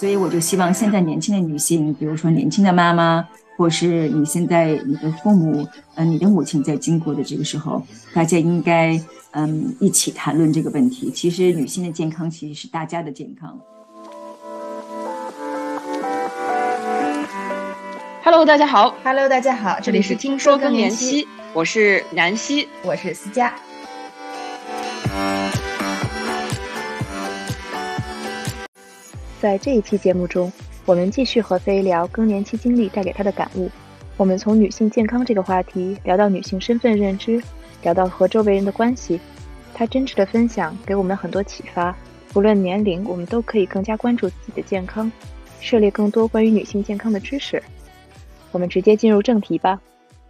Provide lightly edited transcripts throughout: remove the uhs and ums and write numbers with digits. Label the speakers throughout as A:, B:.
A: 所以我就希望现在年轻的女性，比如说年轻的妈妈，或是你现在你的父母，你的母亲在经过的这个时候，大家应该一起谈论这个问题。其实女性的健康其实是大家的健康。
B: Hello，大家好。
C: Hello，大家好，
B: 这里是听说更年期，我是南希，
C: 我是思佳。
D: 在这一期节目中，我们继续和飞聊更年期经历带给她的感悟。我们从女性健康这个话题聊到女性身份认知，聊到和周围人的关系。她真挚的分享给我们很多启发，不论年龄，我们都可以更加关注自己的健康，涉猎更多关于女性健康的知识。我们直接进入正题吧。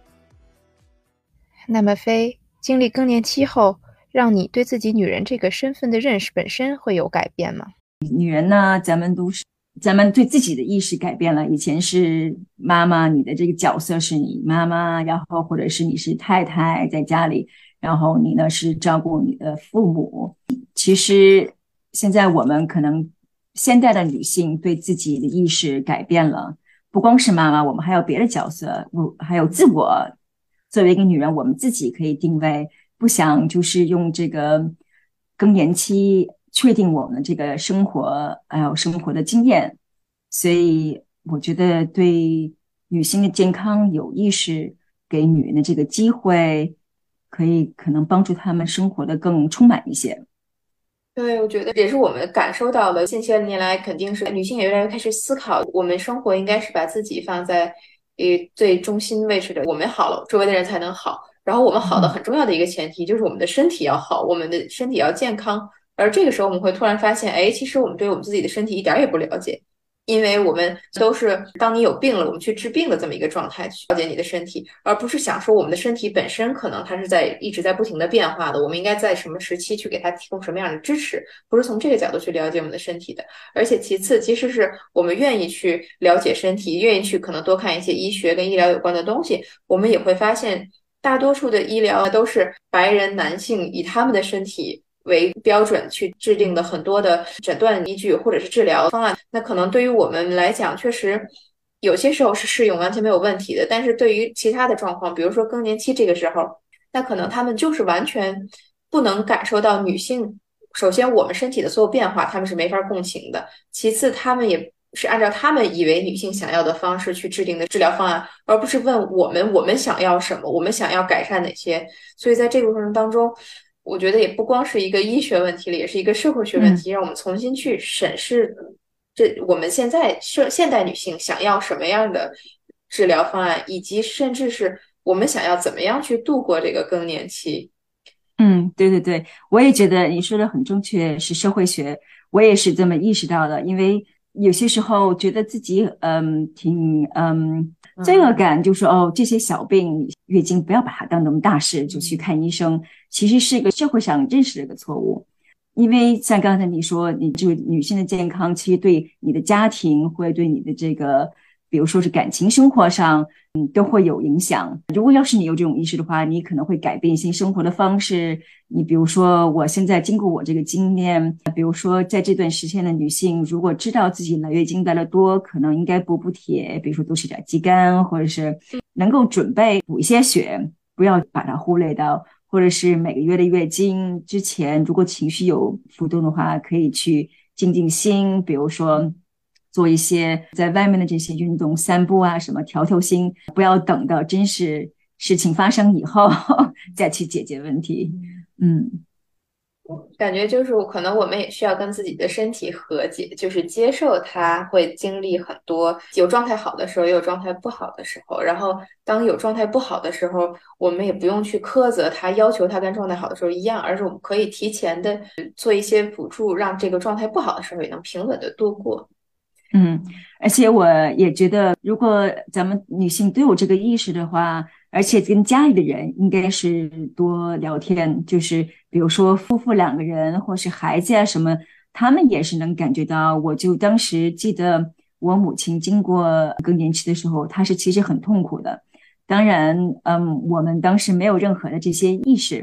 D: 那么飞，经历更年期后，让你对自己女人这个身份的认识本身会有改变吗？
A: 女人呢，咱们对自己的意识改变了。以前是妈妈，你的这个角色是你妈妈，然后或者是你是太太在家里，然后你呢是照顾你的父母。其实现在我们可能现代的女性对自己的意识改变了，不光是妈妈，我们还有别的角色，还有自我。作为一个女人，我们自己可以定位，不想就是用这个更年期确定我们这个生活还有生活的经验。所以我觉得对女性的健康有意识，给女人的这个机会，可能帮助她们生活的更充满一些。
C: 对，我觉得也是我们感受到的。近些年来，肯定是女性也越来越开始思考，我们生活应该是把自己放在最中心位置的。我们好了，周围的人才能好。然后我们好的很重要的一个前提就是我们的身体要好，我们的身体要健康。而这个时候，我们会突然发现，哎，其实我们对我们自己的身体一点也不了解。因为我们都是当你有病了，我们去治病的这么一个状态，去了解你的身体，而不是想说我们的身体本身可能它是一直在不停的变化的，我们应该在什么时期去给它提供什么样的支持，不是从这个角度去了解我们的身体的。而且其次，即使是我们愿意去了解身体，愿意去可能多看一些医学跟医疗有关的东西，我们也会发现，大多数的医疗都是白人男性以他们的身体为标准去制定的很多的诊断依据或者是治疗方案，那可能对于我们来讲，确实有些时候是适用完全没有问题的。但是对于其他的状况，比如说更年期这个时候，那可能他们就是完全不能感受到女性。首先，我们身体的所有变化，他们是没法共情的；其次，他们也是按照他们以为女性想要的方式去制定的治疗方案，而不是问我们想要什么，我们想要改善哪些。所以在这个过程当中，我觉得也不光是一个医学问题了，也是一个社会学问题，让我们重新去审视我们现代女性想要什么样的治疗方案，以及甚至是我们想要怎么样去度过这个更年期。
A: 对对对，我也觉得你说的很正确，是社会学，我也是这么意识到的。因为有些时候觉得自己挺罪恶感，就说哦，这些小病月经不要把它当那么大事，就去看医生，其实是一个社会上认识的一个错误。因为像刚才你说，你这个女性的健康，其实对你的家庭，会对你的这个，比如说是感情生活上，都会有影响。如果要是你有这种意识的话，你可能会改变一些生活的方式。你比如说，我现在经过我这个经验，比如说在这段时间的女性，如果知道自己来月经来的多，可能应该补铁，比如说多吃点鸡肝，或者是能够准备补一些血，不要把它忽略到。或者是每个月的月经之前，如果情绪有浮动的话，可以去静静心，比如说做一些在外面的这些运动，散步啊，什么调心，不要等到真是事情发生以后再去解决问题。嗯。
C: 感觉就是可能我们也需要跟自己的身体和解，就是接受它会经历很多，有状态好的时候，也有状态不好的时候。然后当有状态不好的时候，我们也不用去苛责它，要求它跟状态好的时候一样，而是我们可以提前的做一些辅助，让这个状态不好的时候也能平稳的度过。
A: 而且我也觉得，如果咱们女性都有这个意识的话，而且跟家里的人应该是多聊天，就是比如说夫妇两个人，或是孩子啊什么，他们也是能感觉到。我就当时记得我母亲经过更年期的时候，她是其实很痛苦的。当然，我们当时没有任何的这些意识，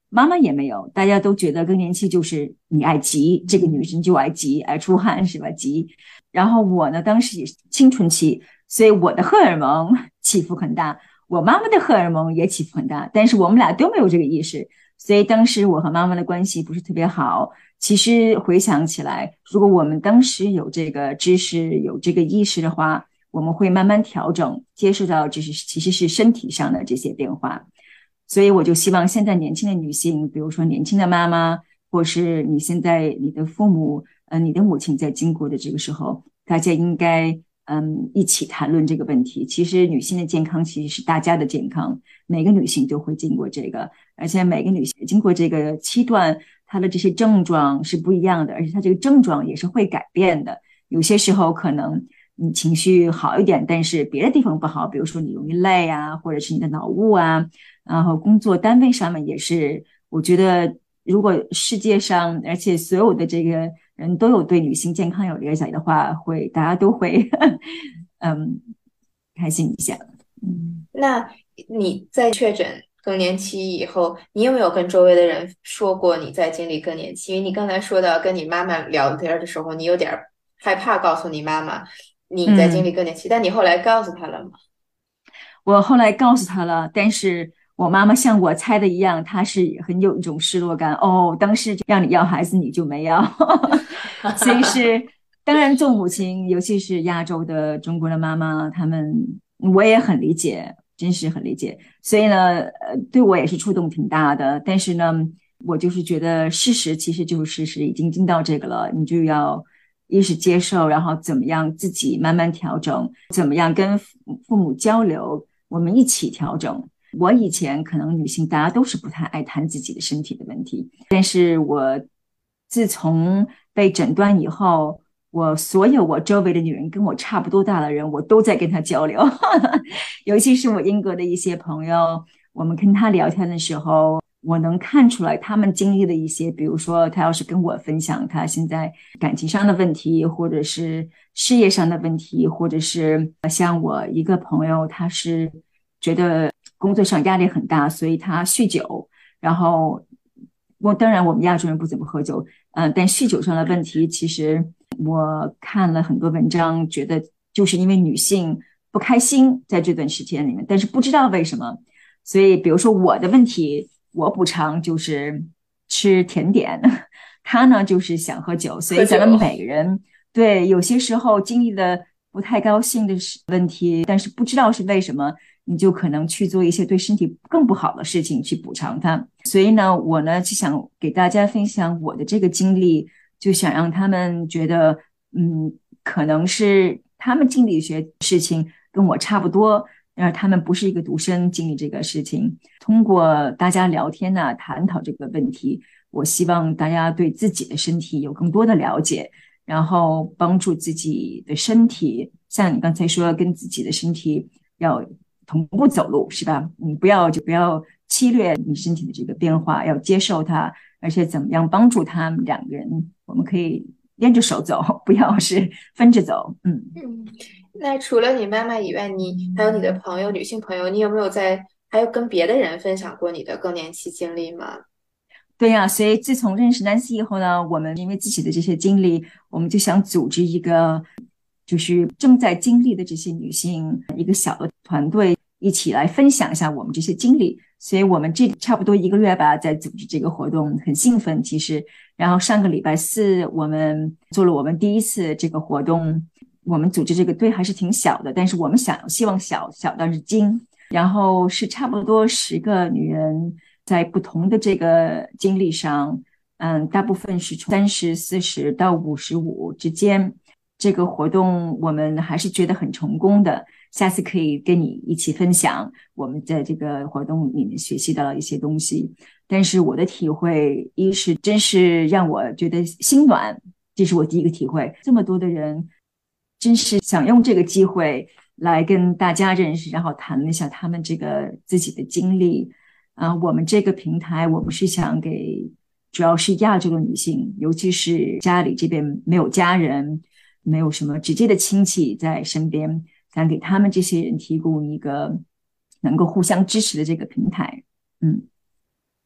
A: 妈妈也没有，大家都觉得更年期就是你爱急，这个女生就爱急，爱出汗是吧？急。然后我呢，当时也是青春期，所以我的荷尔蒙起伏很大，我妈妈的荷尔蒙也起伏很大，但是我们俩都没有这个意识，所以当时我和妈妈的关系不是特别好。其实回想起来，如果我们当时有这个知识、有这个意识的话，我们会慢慢调整，接受到这是其实是身体上的这些变化。所以我就希望现在年轻的女性，比如说年轻的妈妈，或是你现在你的父母，你的母亲在经过的这个时候，大家应该一起谈论这个问题。其实女性的健康其实是大家的健康，每个女性都会经过这个，而且每个女性经过这个期段，她的这些症状是不一样的，而且她这个症状也是会改变的。有些时候可能你情绪好一点，但是别的地方不好，比如说你容易累啊，或者是你的脑雾啊。然后工作单位上面也是，我觉得如果世界上，而且所有的这个人都有对女性健康有了解的话，大家都会嗯开心一下。
C: 那你在确诊更年期以后，你有没有跟周围的人说过你在经历更年期？因为你刚才说到跟你妈妈聊天的时候，你有点害怕告诉你妈妈你在经历更年期，但你后来告诉她了吗？
A: 我后来告诉她了，但是我妈妈像我猜的一样，她是很有一种失落感。哦，当时就让你要孩子，你就没要，所以是当然做母亲，尤其是亚洲的中国的妈妈，她们我也很理解，真是很理解。所以呢，对我也是触动挺大的。但是呢，我就是觉得事实其实就是事实，已经进到这个了，你就要一是接受，然后怎么样自己慢慢调整，怎么样跟父母交流，我们一起调整。我以前可能女性大家都是不太爱谈自己的身体的问题，但是我自从被诊断以后，所有我周围的女人跟我差不多大的人，我都在跟她交流，尤其是我英国的一些朋友，我们跟她聊天的时候，我能看出来他们经历的一些，比如说他要是跟我分享他现在感情上的问题，或者是事业上的问题，或者是像我一个朋友，他是觉得工作上压力很大，所以他酗酒。然后当然我们亚洲人不怎么喝酒，但酗酒上的问题，其实我看了很多文章，觉得就是因为女性不开心在这段时间里面，但是不知道为什么。所以比如说我的问题，我补偿就是吃甜点，他呢就是想喝酒，所以咱们每个人对有些时候经历的不太高兴的问题，但是不知道是为什么，你就可能去做一些对身体更不好的事情去补偿它。所以呢，我呢就想给大家分享我的这个经历，就想让他们觉得，可能是他们经历一些事情跟我差不多，他们不是一个独生经历这个事情。通过大家聊天呢，探讨这个问题，我希望大家对自己的身体有更多的了解，然后帮助自己的身体，像你刚才说，跟自己的身体要同步走路，是吧？你不要侵略你身体的这个变化，要接受它，而且怎么样帮助他们两个人，我们可以连着手走，不要是分着走。
C: 那除了你妈妈以外，你还有你的朋友，女性朋友，你有没有还有跟别的人分享过你的更年期经历吗？
A: 对呀，所以自从认识Nancy以后呢，我们因为自己的这些经历，我们就想组织一个，就是正在经历的这些女性一个小的团队，一起来分享一下我们这些经历。所以我们这差不多1个月吧，在组织这个活动，很兴奋其实。然后上个礼拜四，我们做了我们第一次这个活动。我们组织这个队还是挺小的，但是我们希望小到是精。然后是差不多10个女人，在不同的这个经历上，大部分是从30、40到55之间。这个活动我们还是觉得很成功的，下次可以跟你一起分享我们在这个活动里面学习到了一些东西。但是我的体会，一是真是让我觉得心暖，这是我第一个体会。这么多的人，真是想用这个机会来跟大家认识，然后谈一下他们这个自己的经历。我们这个平台，我们是想给主要是亚洲的女性，尤其是家里这边没有家人，没有什么直接的亲戚在身边，想给他们这些人提供一个能够互相支持的这个平台。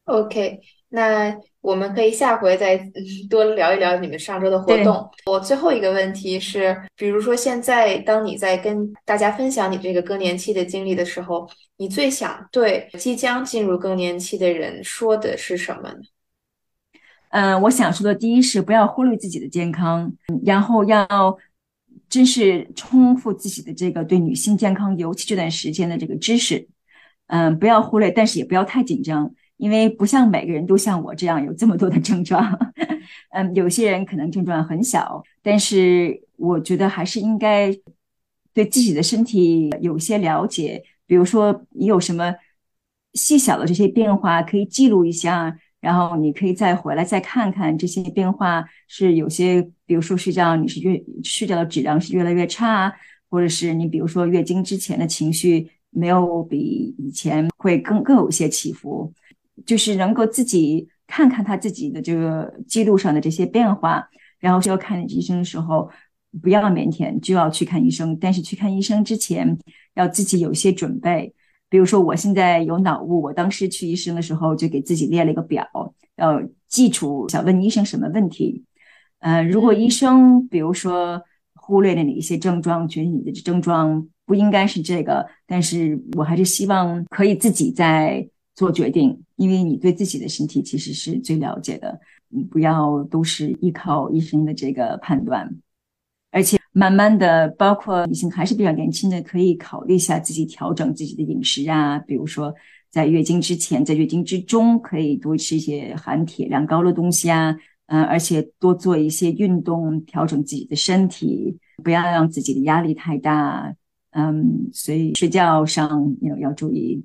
C: OK，那我们可以下回再多聊一聊你们上周的活
A: 对。
C: 动。我最后一个问题是，比如说现在当你在跟大家分享你这个更年期的经历的时候，你最想对即将进入更年期的人说的是什么呢？
A: 我想说的第一是不要忽略自己的健康，然后要真是充分自己的这个对女性健康，尤其这段时间的这个知识，不要忽略，但是也不要太紧张，因为不像每个人都像我这样有这么多的症状，有些人可能症状很小，但是我觉得还是应该对自己的身体有些了解，比如说你有什么细小的这些变化可以记录一下。然后你可以再回来再看看这些变化是有些，比如说睡觉的质量是越来越差，或者是你比如说月经之前的情绪没有比以前会更有一些起伏，就是能够自己看看他自己的这个记录上的这些变化，然后需要看医生的时候不要腼腆，就要去看医生，但是去看医生之前要自己有一些准备。比如说我现在有脑雾，我当时去医生的时候就给自己列了一个表，要记住想问医生什么问题。如果医
C: 嗯。
A: 生比如说忽略了你一些症状，觉得你的症状不应该是这个，但是我还是希望可以自己再做决定，因为你对自己的身体其实是最了解的，你不要都是依靠医生的这个判断。慢慢的，包括女性还是比较年轻的，可以考虑一下自己调整自己的饮食啊，比如说在月经之前、在月经之中，可以多吃一些含铁量高的东西啊，而且多做一些运动，调整自己的身体，不要让自己的压力太大，所以睡觉上要注意，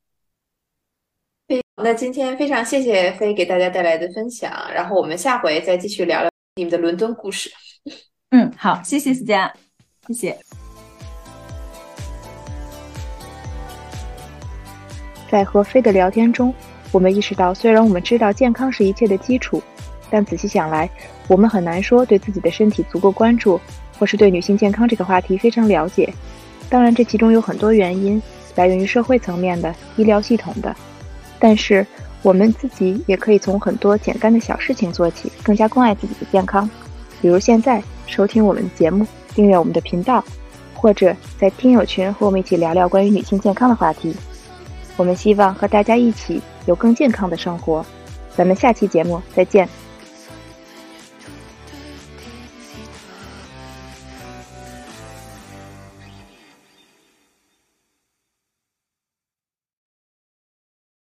C: 那今天非常谢谢飞给大家带来的分享，然后我们下回再继续聊聊你们的伦敦故事。
A: 好，谢谢思佳，谢谢。
D: 在和飞的聊天中，我们意识到，虽然我们知道健康是一切的基础，但仔细想来，我们很难说对自己的身体足够关注，或是对女性健康这个话题非常了解。当然，这其中有很多原因，来源于社会层面的、医疗系统的。但是，我们自己也可以从很多简单的小事情做起，更加关爱自己的健康。比如现在收听我们的节目，订阅我们的频道，或者在听友群和我们一起聊聊关于女性健康的话题。我们希望和大家一起有更健康的生活。咱们下期节目再见。